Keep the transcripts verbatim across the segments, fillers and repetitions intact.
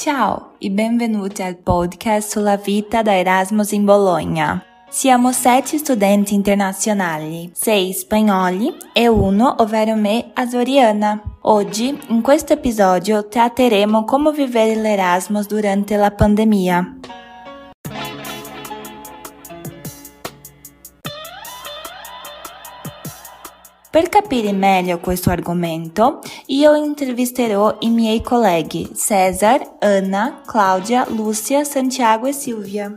Ciao e benvenuti al podcast sulla vita da Erasmus in Bologna. Siamo sette studenti internazionali, sei spagnoli e uno, ovvero me, azoriana. Oggi, in questo episodio, tratteremo come vivere l'Erasmus durante la pandemia. Per capire meglio questo argomento, io intervisterò i miei colleghi Cesar, Anna, Claudia, Lucia, Santiago e Silvia.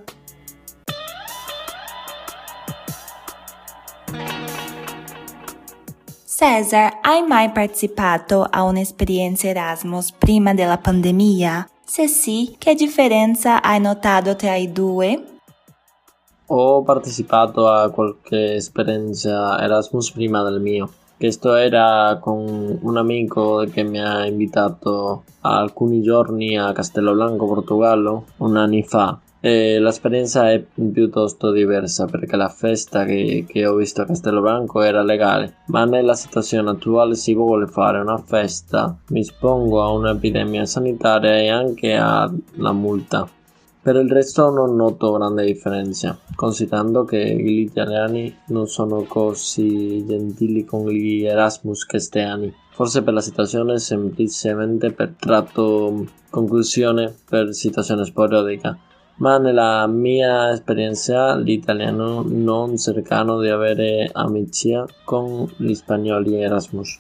Cesar, hai mai partecipato a un'esperienza Erasmus prima della pandemia? Se sì, che differenza hai notato tra i due? Ho partecipato a qualche esperienza Erasmus prima del mio. Questo era con un amico che mi ha invitato alcuni giorni a Castelloblanco, Portogallo, un anno fa. E l'esperienza è piuttosto diversa perché la festa che, che ho visto a Castelloblanco era legale, ma nella situazione attuale si vuole fare una festa, mi espongo a un'epidemia sanitaria e anche alla multa. Per il resto non noto grande differenza, considerando che gli italiani non sono così gentili con gli Erasmus cristiani. Forse per la situazione, semplicemente per tratto conclusione per situazione sporadica. Ma nella mia esperienza l'italiano non cercano di avere amicizia con gli spagnoli Erasmus.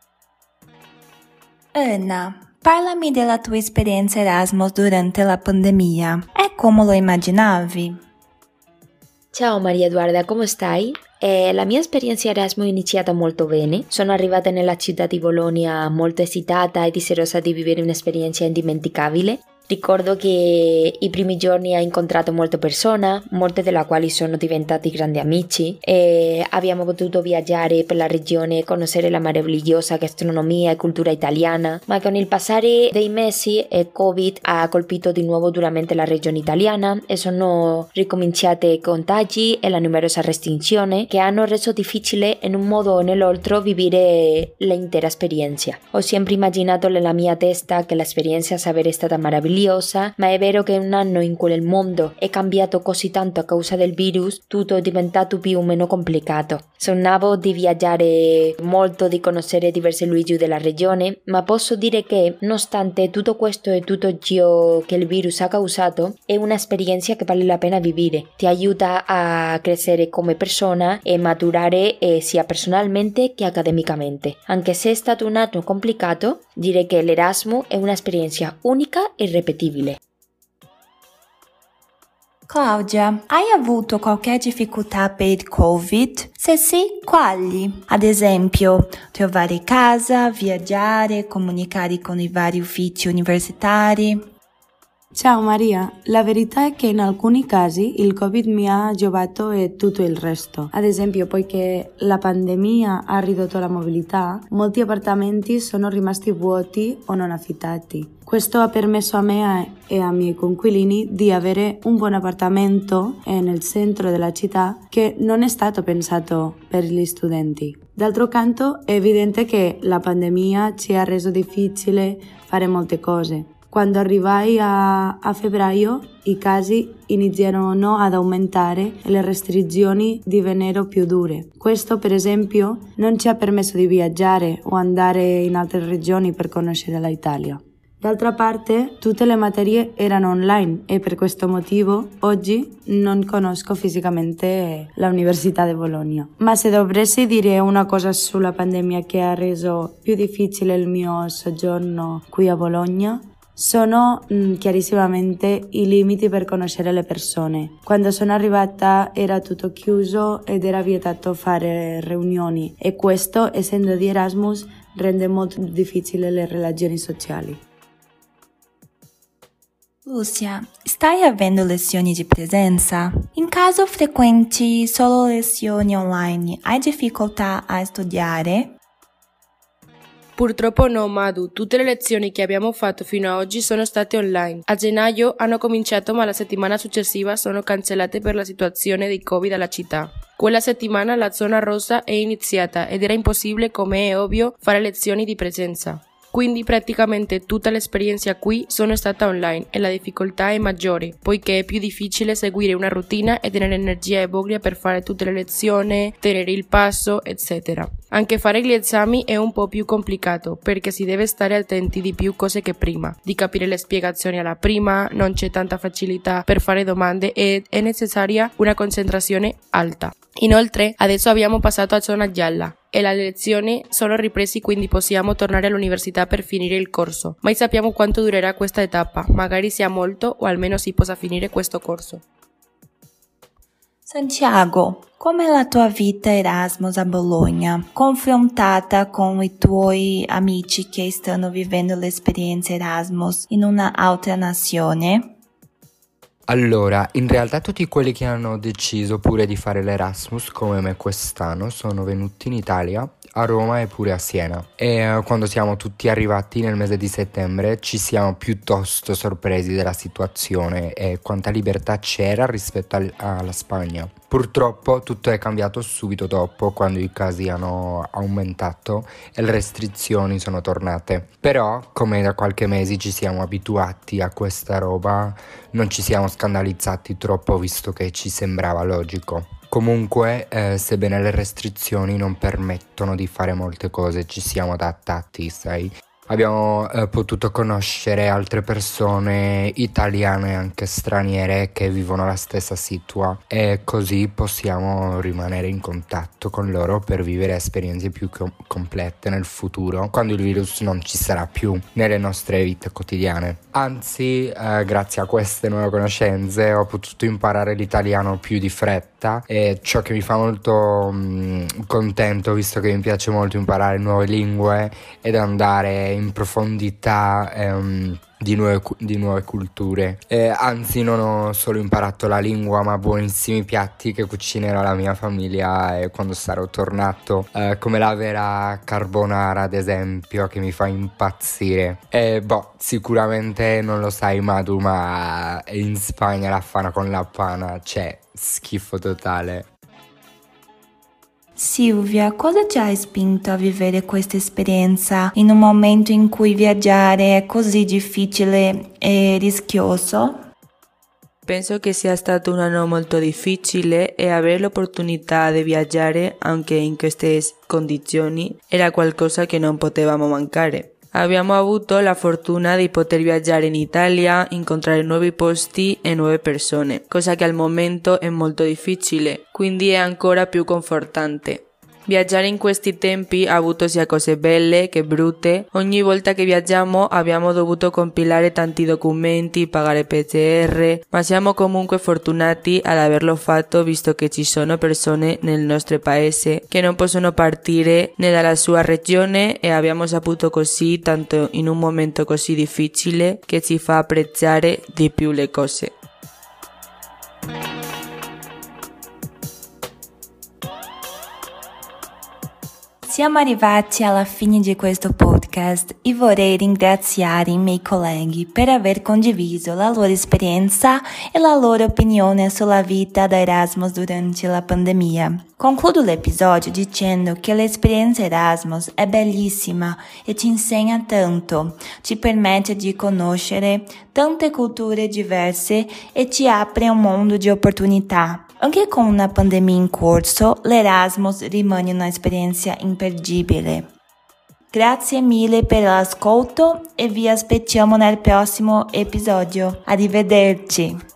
Anna, parlami della tua esperienza Erasmus durante la pandemia. E come lo immaginavi? Ciao Maria Eduarda, come stai? Eh, la mia esperienza Erasmus è iniziata molto bene. Sono arrivata nella città di Bologna molto esitata e desiderosa di vivere un'esperienza indimenticabile. Ricordo che i primi giorni ho incontrato molte persone, molte delle quali sono diventati grandi amici e abbiamo potuto viaggiare per la regione e conoscere la meravigliosa gastronomia e cultura italiana, ma con il passare dei mesi il Covid ha colpito di nuovo duramente la regione italiana e sono ricominciate i contagi e la numerosa restrizione che hanno reso difficile in un modo o nell'altro vivere l'intera esperienza. Ho sempre immaginato nella mia testa che l'esperienza sarebbe stata meravigliosa, ma è vero che un anno in cui il mondo è cambiato così tanto a causa del virus, tutto è diventato più o meno complicato. Sognavo di viaggiare molto, di conoscere diversi luoghi della regione, ma posso dire che, nonostante tutto questo e tutto ciò che il virus ha causato, è un'esperienza che vale la pena vivere. Ti aiuta a crescere come persona e maturare eh, sia personalmente che accademicamente. Anche se è stato un anno complicato, direi che l'Erasmus è un'esperienza unica e ripetibile. Claudia, hai avuto qualche difficoltà per il Covid? Se sì, quali? Ad esempio, trovare casa, viaggiare, comunicare con i vari uffici universitari? Ciao Maria, la verità è che in alcuni casi il Covid mi ha giovato e tutto il resto. Ad esempio, poiché la pandemia ha ridotto la mobilità, molti appartamenti sono rimasti vuoti o non affittati. Questo ha permesso a me e ai miei coinquilini di avere un buon appartamento nel centro della città che non è stato pensato per gli studenti. D'altro canto, è evidente che la pandemia ci ha reso difficile fare molte cose. Quando arrivai a, a febbraio, i casi iniziarono ad aumentare e le restrizioni divennero più dure. Questo, per esempio, non ci ha permesso di viaggiare o andare in altre regioni per conoscere l'Italia. D'altra parte, tutte le materie erano online e per questo motivo oggi non conosco fisicamente l'Università di Bologna. Ma se dovessi dire una cosa sulla pandemia che ha reso più difficile il mio soggiorno qui a Bologna, sono mh, chiarissimamente i limiti per conoscere le persone. Quando sono arrivata era tutto chiuso ed era vietato fare riunioni e questo, essendo di Erasmus, rende molto difficile le relazioni sociali. Lucia, stai avendo lezioni di presenza? In caso frequenti solo lezioni online, hai difficoltà a studiare? Purtroppo no, Madu. Tutte le lezioni che abbiamo fatto fino ad oggi sono state online. A gennaio hanno cominciato, ma la settimana successiva sono cancellate per la situazione di Covid alla città. Quella settimana la zona rossa è iniziata ed era impossibile, come è ovvio, fare lezioni di presenza. Quindi praticamente tutta l'esperienza qui sono stata online e la difficoltà è maggiore, poiché è più difficile seguire una routine e tenere energia e voglia per fare tutte le lezioni, tenere il passo, eccetera. Anche fare gli esami è un po' più complicato, perché si deve stare attenti di più cose che prima, di capire le spiegazioni alla prima, non c'è tanta facilità per fare domande e è necessaria una concentrazione alta. Inoltre, adesso abbiamo passato a zona gialla e le lezioni sono ripresi, quindi possiamo tornare all'università per finire il corso. Mai sappiamo quanto durerà questa tappa, magari sia molto o almeno si possa finire questo corso. Santiago, com'è la tua vita Erasmus a Bologna, confrontata con i tuoi amici che stanno vivendo l'esperienza Erasmus in un'altra nazione? Allora, in realtà tutti quelli che hanno deciso pure di fare l'Erasmus come me quest'anno sono venuti in Italia, a Roma e pure a Siena. E uh, quando siamo tutti arrivati nel mese di settembre ci siamo piuttosto sorpresi della situazione e quanta libertà c'era rispetto al- alla Spagna. Purtroppo tutto è cambiato subito dopo, quando i casi hanno aumentato e le restrizioni sono tornate. Però, come da qualche mese ci siamo abituati a questa roba, non ci siamo scandalizzati troppo, visto che ci sembrava logico. Comunque, eh, sebbene le restrizioni non permettono di fare molte cose, ci siamo adattati, sai? Abbiamo eh, potuto conoscere altre persone italiane e anche straniere che vivono la stessa situa e così possiamo rimanere in contatto con loro per vivere esperienze più com- complete nel futuro, quando il virus non ci sarà più nelle nostre vite quotidiane. Anzi, eh, grazie a queste nuove conoscenze ho potuto imparare l'italiano più di fretta, e ciò che mi fa molto mh, contento, visto che mi piace molto imparare nuove lingue ed andare in profondità ehm, di, nuove, di nuove culture. E anzi, non ho solo imparato la lingua, ma buonissimi piatti che cucinerò la mia famiglia e quando sarò tornato, eh, come la vera carbonara ad esempio, che mi fa impazzire. E boh, sicuramente non lo sai Madu, ma in Spagna la fanno con la pana, cioè schifo totale. Silvia, cosa ti ha spinto a vivere questa esperienza in un momento in cui viaggiare è così difficile e rischioso? Penso che sia stato un anno molto difficile e avere l'opportunità di viaggiare anche in queste condizioni era qualcosa che non potevamo mancare. Abbiamo avuto la fortuna di poter viaggiare in Italia, incontrare nuovi posti e nuove persone, cosa che al momento è molto difficile, quindi è ancora più confortante. Viaggiare in questi tempi ha avuto sia cose belle che brutte. Ogni volta che viaggiamo abbiamo dovuto compilare tanti documenti, pagare P C R, ma siamo comunque fortunati ad averlo fatto, visto che ci sono persone nel nostro paese che non possono partire né dalla sua regione e abbiamo saputo così tanto in un momento così difficile che ci fa apprezzare di più le cose. Siamo arrivati alla fine di questo podcast e vorrei ringraziare i miei colleghi per aver condiviso la loro esperienza e la loro opinione sulla vita da Erasmus durante la pandemia. Concludo l'episodio dicendo che l'esperienza Erasmus è bellissima e ci insegna tanto, ci permette di conoscere tante culture diverse e ci apre un mondo di opportunità. Anche con una pandemia in corso, l'Erasmus rimane un'esperienza imperdibile. Grazie mille per l'ascolto e vi aspettiamo nel prossimo episodio. Arrivederci!